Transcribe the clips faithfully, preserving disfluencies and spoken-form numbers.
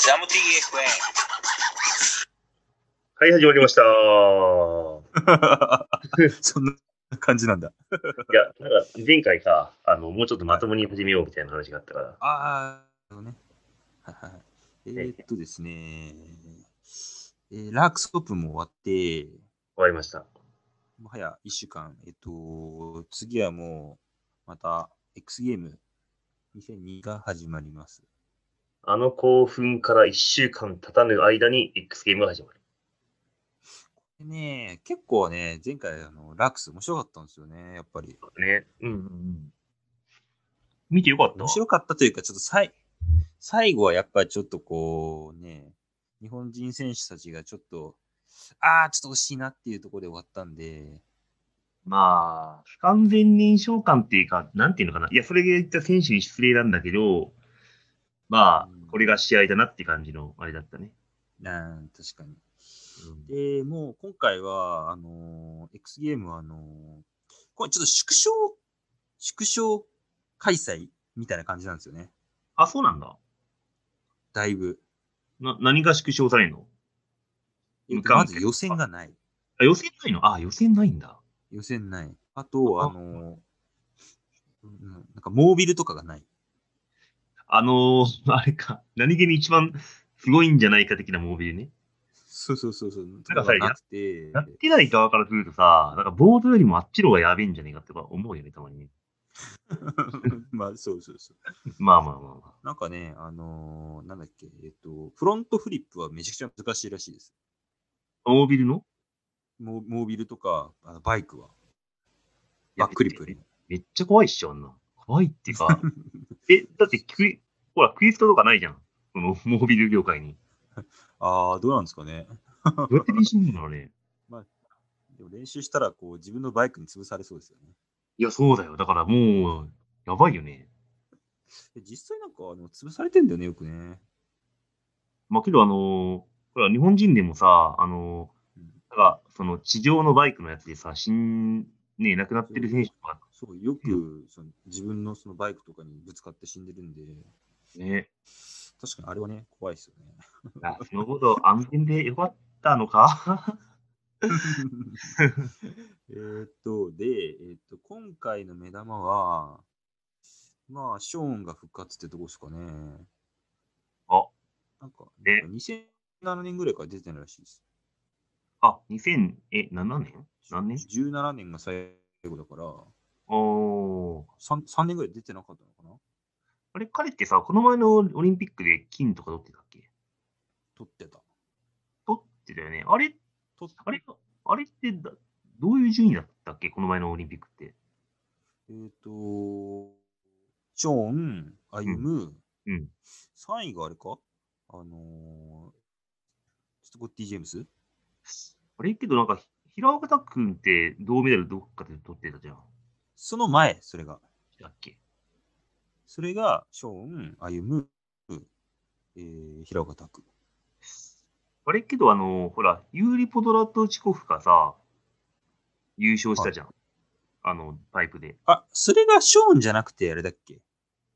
ジャム ティーエフエム。 はい、始まりました。 そんな感じなんだ。 いや、なんか前回さ、あの、もうちょっとまともに始めようみたいな話があったから。 ああ、ね。はいはいはい。えー、っとですね、えー、ラークスオープンも終わって、 終わりました。 もはやいっしゅうかん、えっと、次はもう、また X ゲームにせんにが始まります。 あの興奮からいっしゅうかん経たぬ間に X ゲームが始まる。 でね、結構ね、前回あのラークス面白かったんですよね、やっぱり。 ね。うんうんうん。見てよかったわ。 面白かったというか、ちょっとさい最後はやっぱりちょっとこうね、日本人選手たちがちょっと、ああ、ちょっと惜しいなっていうところで終わったんで、 まあ、不完全燃焼感っていうか、なんていうのかな。いや、それで言った選手に失礼なんだけど、まあ、これが試合だなって感じのあれだったね。 なん確かに。 うん、 で、もう今回は、あのー、X ゲームは、あのー、これちょっと縮小、縮小開催みたいな感じなんですよね。 あ、そうなんだ。 だいぶ。 な、何が縮小されるの？ えっと、 無観客。 まず予選がない。 あ、予選ないの？あ、予選ないんだ。 予選ない。あと、 ああのー、うん、なんかモービルとかがない。 あのー、あれか、何気に一番すごいんじゃないか的なモービルね。 そうそうそうそう。となんかさ、や、 かがなくて、 やってない側からするとさ、なんかボードよりもあっちの方がやべえんじゃねえかって思うよね、たまにね。 まあ、そうそうそう。 まあまあまあまあ。 なんかね、あのー、なんだっけ、えっと、フロントフリップはめちゃくちゃ難しいらしいです。 モービルのモモービルとか、あのバイクは。 いやバックリップよりも。 めっちゃ怖いっしょ、あんな。怖いっていうか、え、だってクイ、ほら、クイズトとかないじゃん。その、モービル業界に。 ああ、どうなんですかね。 どうやって練習するんだろうね。 まあ、でも練習したらこう自分のバイクに潰されそうですよね。 いや、そうだよ。だからもう、やばいよね。 で実際なんかあの潰されてんだよね、よくね。 まあけど、あのーほら、日本人でもさ、あのうん、 ーなんか、その、地上のバイクのやつでさ、死ん、ね、亡くなってるそうよく、 選手とか、 そうよくその自分のそのバイクとかにぶつかって死んでるんで、 ね。 確かにあれはね、怖いですよね。 あ、スノーボード安全でよかったのか？ えーっと、で、えーっと、今回の目玉は、まあ、ショーンが復活ってとこですかね。 あ、 なんか、なんかえ、 にせんななねんぐらいから出てないらしいです。 あ、にせんななねん何年？ じゅうななねんが最後だから、 おー。 さん, さんねんぐらい出てなかったのかな。 あれ、彼ってさ、この前のオリンピックで金とか取ってたっけ？ 取ってた。 取ってたよね。あれ、 取っあれ、あれってだ、どういう順位だったっけ？この前のオリンピックって。 えっ、と、ショーン、歩うん。 む、 うん。 さんいがあれかあのー、スコッティ・ジェームス。 あれけどなんか、平岡拓君って銅メダルどっかで取ってたじゃん。 その前、それが。 だっけ？ それが、ショーン、歩む、えー、平岡拓。 あれけどあの、ほら、ユーリ・ポドラトチコフがさ、優勝しはい。 たじゃん。あの、パイプで。 あ、それがショーンじゃなくて、あれだっけ？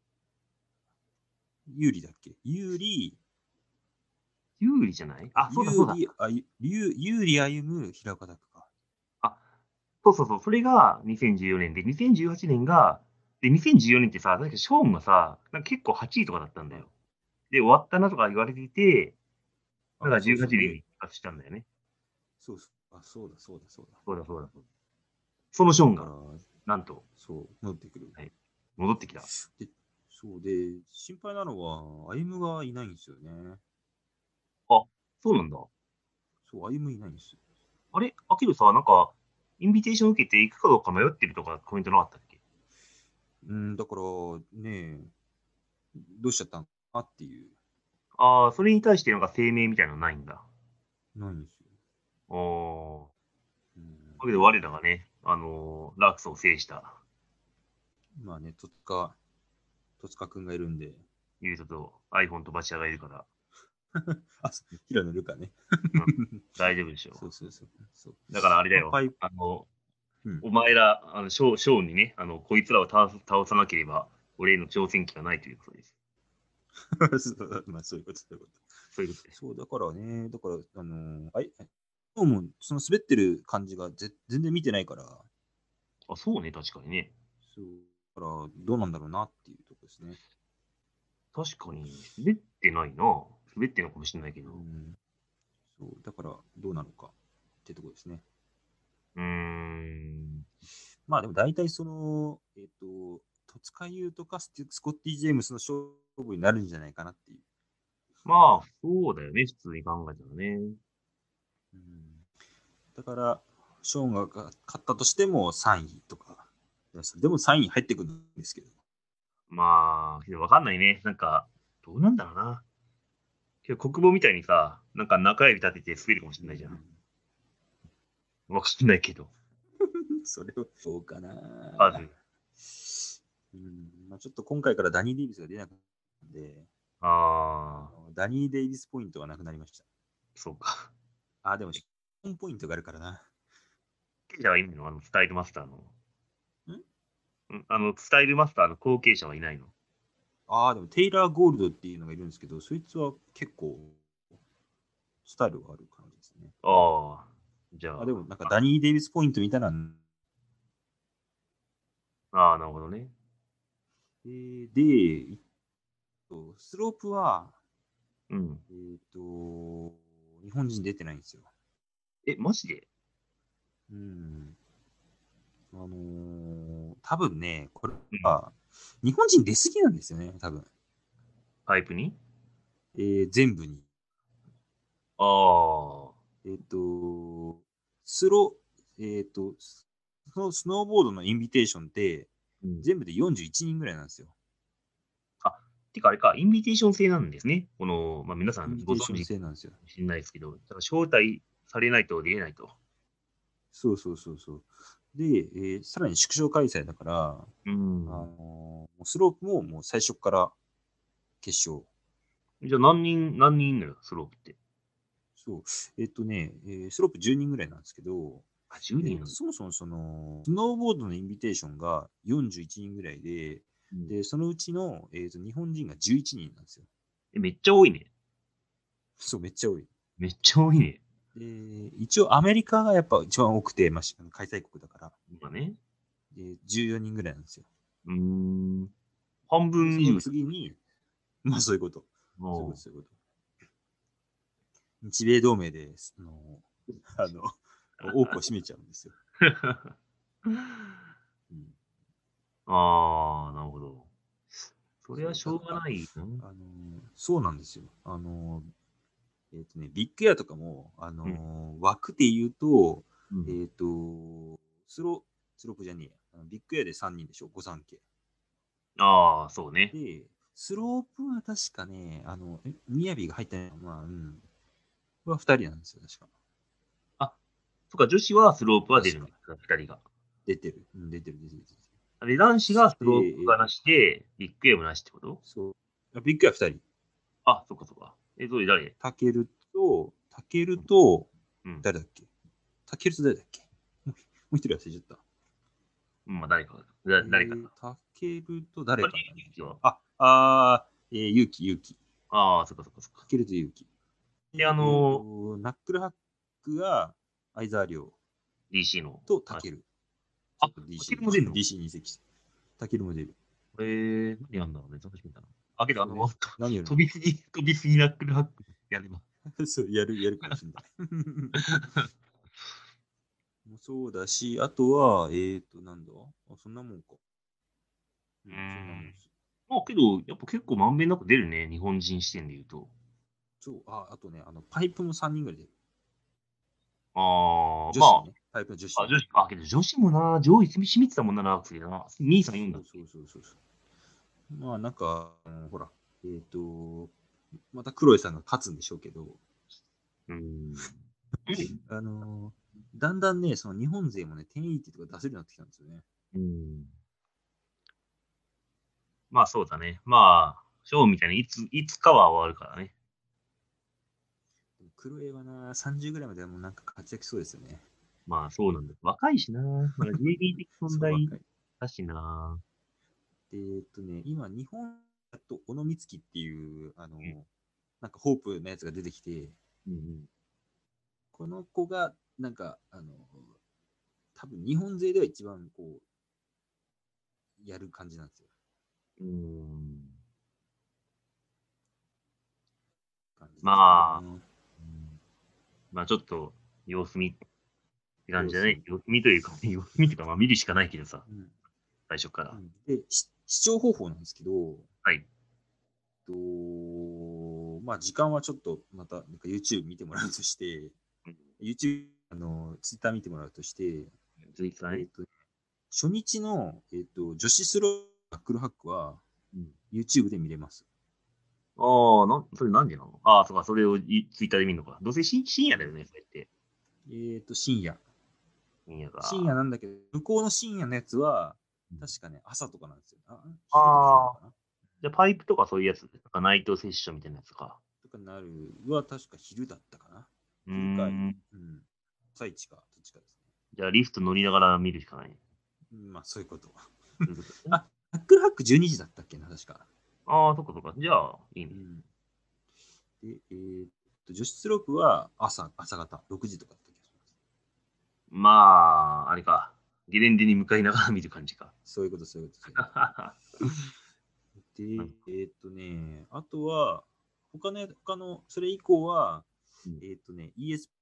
有利だっけ？有利、 有利じゃない？あ、そうだそうだ。 有利、あゆ有有利歩む平岡拓か。 あ、そうそうそう。それがにせんじゅうよねんで、にせんじゅうはちねんが、で、にせんじゅうよねんってさ、確かショーンがさ、なんか結構はちいとかだったんだはい。 よ。で、終わったなとか言われていて、だかあ、 ら18 そうそう。 年で、 に復活したんだよね。 そうそう。あ、そうだ、そうだ、そうだ。 そうだそうだそうだ。そのショーンが、 だから、 なんと、 そう、戻ってくる。 はい、戻ってきた。 で、そうで、心配なのは、歩夢がいないんですよね。 あ、そうなんだ。 そう、歩夢いないんですよ。 あれあ、けどさ、なんか、インビテーション受けて行くかどうか迷ってるとかコメントなかったっけ？ うん、だからね、どうしちゃったのかっていう、 ああ、それに対してなんか声明みたいなのないんだ。 ないんですよ。 おー。 うん、 だけど我らがね、あのーラークスを制したまあね、戸塚、戸塚くんがいるんで、 ユートと iPhone とバチャがいるから、 あ、平野ルカね。 うん、大丈夫でしょそうそうそう。そうう。だからあれだまあ、 よ。 パイプ、 あの、 うん。 お前ら、あの、ショー、ショーにね、あの、こいつらを倒す倒さなければ、俺への挑戦権はないということです。 そうまあ、そういうこと、そういうこと。 そういうことです。 そう、だからね、だから、あのー、あい、今日もその滑ってる感じがぜ全然見てないから、 あ、そうね、確かにね。 そう、だからどうなんだろうなっていうとこですね。 確かに、滑ってないな。滑ってるのかもしれないけど。 うん、そう、だからどうなのかってとこですね。 うーん。 まあでも大体その、えっ、と、戸塚優とかスティスコッティ・ジェームスの勝負になるんじゃないかなっていう。 まあ、そうだよね、普通に考えたらね。 うん、だから、ショーンが勝ったとしてもさんいとか、でもさんい入ってくるんですけど。 まあ、けどわかんないね。なんか、どうなんだろうな。けど国防みたいにさ、なんか中指立てて滑るかもしれないじゃん。わかんないけど。 それを、そうかな。 ある。 うんまあ、ちょっと今回からダニー・デイビスが出なくなったんで、 ああ、 ダニー・デイビスポイントはなくなりました。 そうか。 あ、でも、ポンポイントがあるからな。 後継者はいないのあの、スタイルマスターの。 んんあの、スタイルマスターの後継者はいないの？ ああ、でもテイラー・ゴールドっていうのがいるんですけど、そいつは結構スタイルがある感じですね。 ああ、じゃあ、でもあ、 なんかダニー・デイビスポイントみたいな。 ああ、なるほどね。 えーで、えっとスロープは、 うん。 えっと、日本人出てないんですよ。 え、マジで？ うん。あのー多分ね、これうん。 は日本人出過ぎなんですよね、多分。 パイプに？ えー全部に。 ああ、 えっと、スロー、えっと、そのスノーボードのインビテーションって、 うん。 全部でよんじゅういちにんぐらいなんですよ。 あ、てかあれか、インビテーション制なんですね。この、まあ、皆さインんビテーションご存知か制なんですよ。 もしれないですけど、だから招待されないと出れないと。 そうそうそうそう。で、えーさらに縮小開催だから、 うあん。 のースロープももう最初から決勝。 じゃあ何人、何人いんのよ、スロープって。 そう。えっとね、えースロープじゅうにんぐらいなんですけど、 あ、10 で、 人なんだ。 そもそもその、スノーボードのインビテーションがよんじゅういちにんぐらいで、 うん。 で、そのうちの、えーと、日本人がじゅういちにんなんですよ。 え、めっちゃ多いね。 そう、めっちゃ多い。 めっちゃ多いね。 で、一応アメリカがやっぱ一番多くて、まあ、し開催国だから、 今ね。 で、じゅうよにんぐらいなんですよ。 うーん。半で、その分以上いる。 次に、まあそういうこと。そういうこと、 もそういうこと。日米同盟で、あの、あの多くを占めちゃうんですよ。 う。 うん、 ああ、なるほど。それそう、 はしょうだから、 がないな。 あの、そうなんですよ。あの、えっ、とね、ビッグエアとかも、あうん。 の、枠で言うと、 うん。 えっ、と、スロ、スロープじゃねえや。あのビッグエアでさんにんでしょ、御三家。 ああ、そうね。 で、スロープは確かね、あの、え、みやびが入ってないのは、まあ、うん。はふたりなんですよ、確か。 あ、そっか、女子はスロープは出る確か。 んだ、ふたりが。 出てる。うん、出てる、出てる、出てる。 で、男子がスで、 ロープえがなしで、ビッグエアもなしってこと？ そう。あビッグエアふたり。 あ、そっかそっか。え、どれ誰？ タケルと、タケルと、 うん。 誰だっけタケルと誰だっけもうもう一人忘れちゃった。 うん、まあ、誰かだ。だえー、 誰かだ。 タケルと誰あれ、 かだね。 ユキは？ あ、あー、えー、ユウキ、ユウキ。 ああ、そっかそっかそっか。 タケルとユウキ。で、 で、あえっ、 のと、ナックルハックが相沢亮ー、ディーシー の。あ、 とタケル。そあ、 う、 タケディーシー に、 ルも出んの？ ディーシー に移籍して。タケルも出る。 えー、何やんだろうね、楽しみだな。あ、けど、あの、 それ、 と何よりも、 飛びすぎ、飛びすぎナックルハックやれば。 そう、やる、やるかもしれない。もそうだし、あとは、えっ、と、なんだあ、そんなもんか。ううーん、そんなもんん。 です。 まあ、けど、やっぱ結構まんべんなく出るね、日本人視点で言うと。 そう、あ、あとね、あの、パイプもさんにんぐらいで、 ああ、ま女子ね、パイプの女あ、 子。 あ、女子、あ、けど女子もな、上位染みてたもんな、長くてな。に、さん、よんだっけ？ そうそうそうそうそう。まあ、なんか、あのほら、えっ、と、また黒井さんが勝つんでしょうけど、 うーん。 あのーだんだんね、その日本勢もね、じゅうはちとか出せるようになってきたんですよね。 うん。まあ、そうだね。まあ、ショーみたいにいつ、いつかは終わるからね。 でも黒井はな、さんじゅうぐらいまではもうなんか活躍しそうですよね。 まあ、そうなんだ。若いしな。まだ ジェービー 的存そう、 在若い。 だしな。 で、えっとね、今、日本あと、小野光希っていう、あの、 んなんかホープのやつが出てきて、 うんこの子が、なんか、あの、多分日本勢では一番こう、やる感じなんですよ。 うん。うん。 感じですまあ、 ね。 うんまあちょっと様子見って感じじゃな様子見い？様子見というか、ね、様子見というか、まあ見るしかないけどさ、 うん最初から。 うん、で、し視聴方法なんですけど、 はい。 とまあ、時間はちょっとまたなんか YouTube 見てもらうとして、 うん YouTube、あの、Twitter 見てもらうとして、 ツイッターね。 えっと、初日の、えっと、女子スローバックルハックはうん。 YouTube で見れます。 ああ、なん、それ何時なの？ああ、そうか、それをいツイッターで見るのか。どうせし深夜だよね、それって。 えっと、深夜。 深夜深夜か。 なんだけど、向こうの深夜のやつは、 うん確かね、朝とかなんですよ。あ、昼とかなのああ、 かなじゃあパイプとかそういうやつ、なんかナイトセッションみたいなやつか。 とかなるは確か昼だったかな。 うー昼か、うん。 ん。朝一か、どっちかですね。 じゃあリフト乗りながら見るしかない。 うんまあ、そういうこと。 そういうことね。 あ、ハックルハックじゅうにじだったっけな、確か。 ああ、そっかそっか。じゃあ、いいね。 うん。で、えーっと、女子スロープは朝、朝方、ろくじとかだった気がします。 まあ、あれか。ゲレンデに向かいながら見る感じか。 そういうこと、そういうこと、そういうこと。で、 うんえーっとね、あとは、他の、他の、それ以降は、 うんえーっとね、イーエス、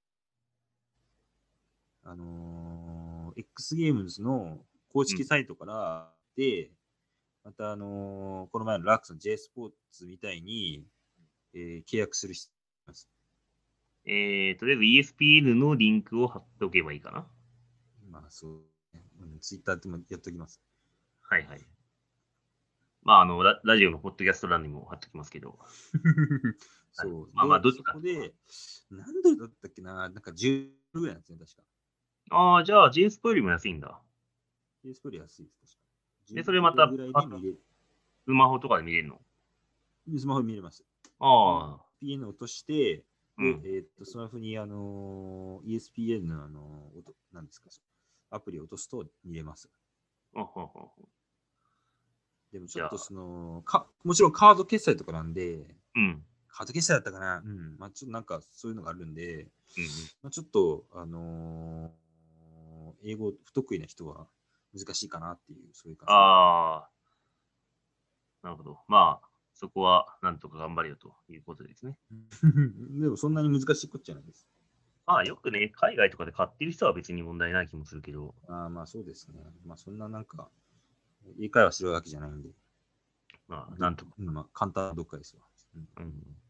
あのー X ゲームズの公式サイトからで、また、あのーこの前のラックスの J スポーツみたいに、えー契約する必要があります。 えー、とりあえず イーエスピーエヌ のリンクを貼っておけばいいかな。 まあ、そう、ね、うん、ツイッターでもやっておきます。 はいはい。まあ、あの、ララジオのポッドキャスト欄にも貼っておきますけど。はい、 そう。 まあまあ、 で、 どっちか。 そこで、何ドルだったっけな、なんかじゅうドルぐらいなんですね、確か。 ああ、じゃあ ジェイエス ポよりも安いんだ。 ケースプレイ安いです、確か。 で、それ 10 また、 ドルぐらいでパ見れる。 スマホとかで見れるの？ でスマホで見れます。 ああ、 イーエスピーエヌ 落として、で、 うん。 えーっと、スマホに、あのー、イーエスピーエヌ の、あのー、音なんですか、アプリを落とすと見れます。 あはははでもちょじゃあ、 っとその、か、もちろんカード決済とかなんで、 うん。 カード決済だったかなうん。まあちょっとなんかそういうのがあるんで、 うんうん。 まあ、ちょっと、あのー英語不得意な人は難しいかなっていう、そういう感じで。 ああ、なるほど。まあ、そこはなんとか頑張れよということですね。 でもそんなに難しいこっちゃないです。 まあ、よくね、海外とかで買ってる人は別に問題ない気もするけど、 あまあそうですね。まあそんななんか、英会話するわけじゃないんで、 まあ、などんとか。 うんまあ簡単などっかですわ。うんうん。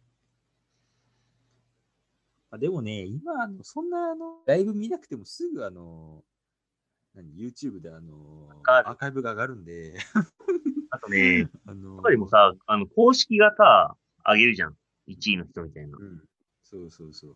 まあ、でもね、今あの、そんなあのライブ見なくてもすぐあの、何、YouTube であの、 あアーカイブが上がるんで、 あとね、やっあのぱりもさ、あの、公式がさ、上げるじゃん。いちいの人みたいな。 うん、そうそうそう。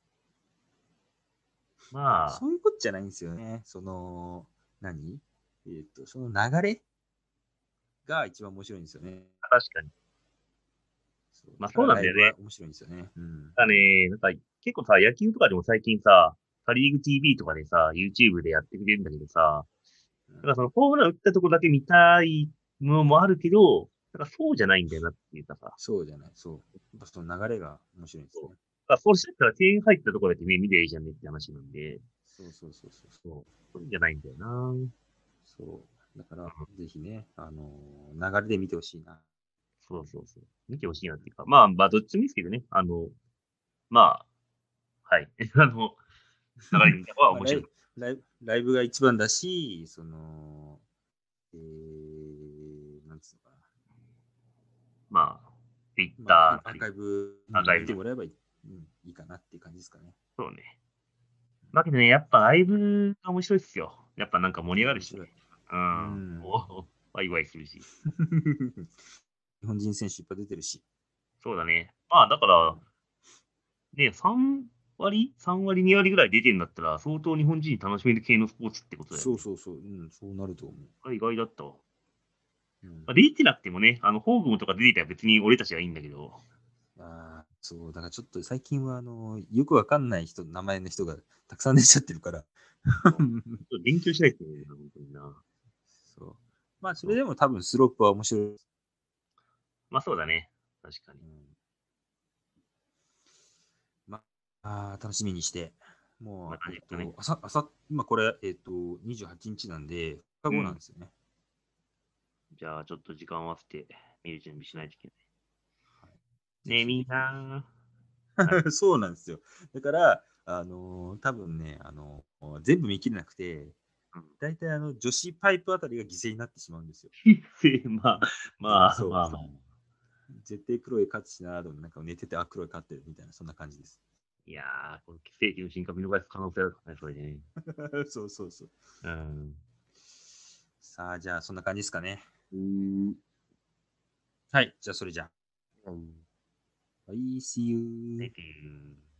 でもまあ、 そういうことじゃないんですよね。その、何えっ、と、その流れが一番面白いんですよね。 確かに。 そうまあ、 だからライそうなんだよね。 ブは面白いんですよね。うん。 だね、なんか、結構さ、野球とかでも最近さ、パリーグ ティーブイ とかでさ、YouTube でやってくれるんだけどさ、だからそのホームラン打ったとこだけ見たいのもあるけど、なんかそうじゃないんだよなっていうかさ、 そうじゃない。そう。やっぱその流れが面白いんですそう。 ね。 だからそうしたら点入ったところだけ見見りゃいいじゃんねって話なんで、 そうそうそうそう。 そう。そうじゃないんだよな。うん。 そう。だから、ぜひね、あのー流れで見てほしいな。 そうそうそう。見てほしいなっていうか、まあ、まあ、どっちもいいですけどね。あの、まあ、はい。あの、流れ見た方がまあ、 面白い。 ライライブライブが一番だし、その、えー、なんつうのかな。 まあ、 まあ、 Twitter なり、 アーカイブ、うん、 アーカイブなり。 見てもらえばいい、うん、いいかなっていう感じですかね。 そうね。まあけどね、やっぱライブが面白いっすよ。やっぱなんか盛り上がるしね。 面白い。 ううん。 ん。 おワイワイするし。 日本人選手いっぱい出てるし。 そうだね。まあだから、ね、さん割 ?さん 割、に割ぐらい出てるんだったら、相当日本人楽しめる系のスポーツってことだよね。 そうそうそう、うん、そうなると思う。 これ意外だったわ。 うん、 まあ、出てなくてもね、あの、ホーグムとか出ていたら別に俺たちはいいんだけど。 ああ、そう、だからちょっと最近は、あの、よくわかんない人、名前の人がたくさん出ちゃってるから。 そうちょっと勉強しないとね、本当にな。 そう。まあ、そそう。 れでも多分スロープは面白い。 まあそうだね。確かにう。ん、まあ、楽しみにして、 こんなもう、えっ感じですかね。 と、あさ、あさ、今これ、えっと、にじゅうはちにちなんで、ふつかごなんうん。 ですよね。 じゃあ、ちょっと時間を合わせて見る準備しないといけない。 はい、ぜねえ、 ひ。 みんな。はい。 そうなんですよ。だから、あのー多分ね、あのー全部見切れなくて、 うん。 大体あの女子パイプあたりが犠牲になってしまうんですよ。 まあ、まあ、 そう、 まあ、 そう。 まあ。 絶対クロエ勝つしな、でもなんか寝てて、あ、クロエ勝ってるみたいな、そんな感じです。 いやー、この世紀の進化見逃す可能性あるからね、それでね。 そうそうそう。 うん。 さあ、じゃあそんな感じですかね。 うーん。 はい、じゃあそれじゃあ。 うん。 はい、See you. Thank you.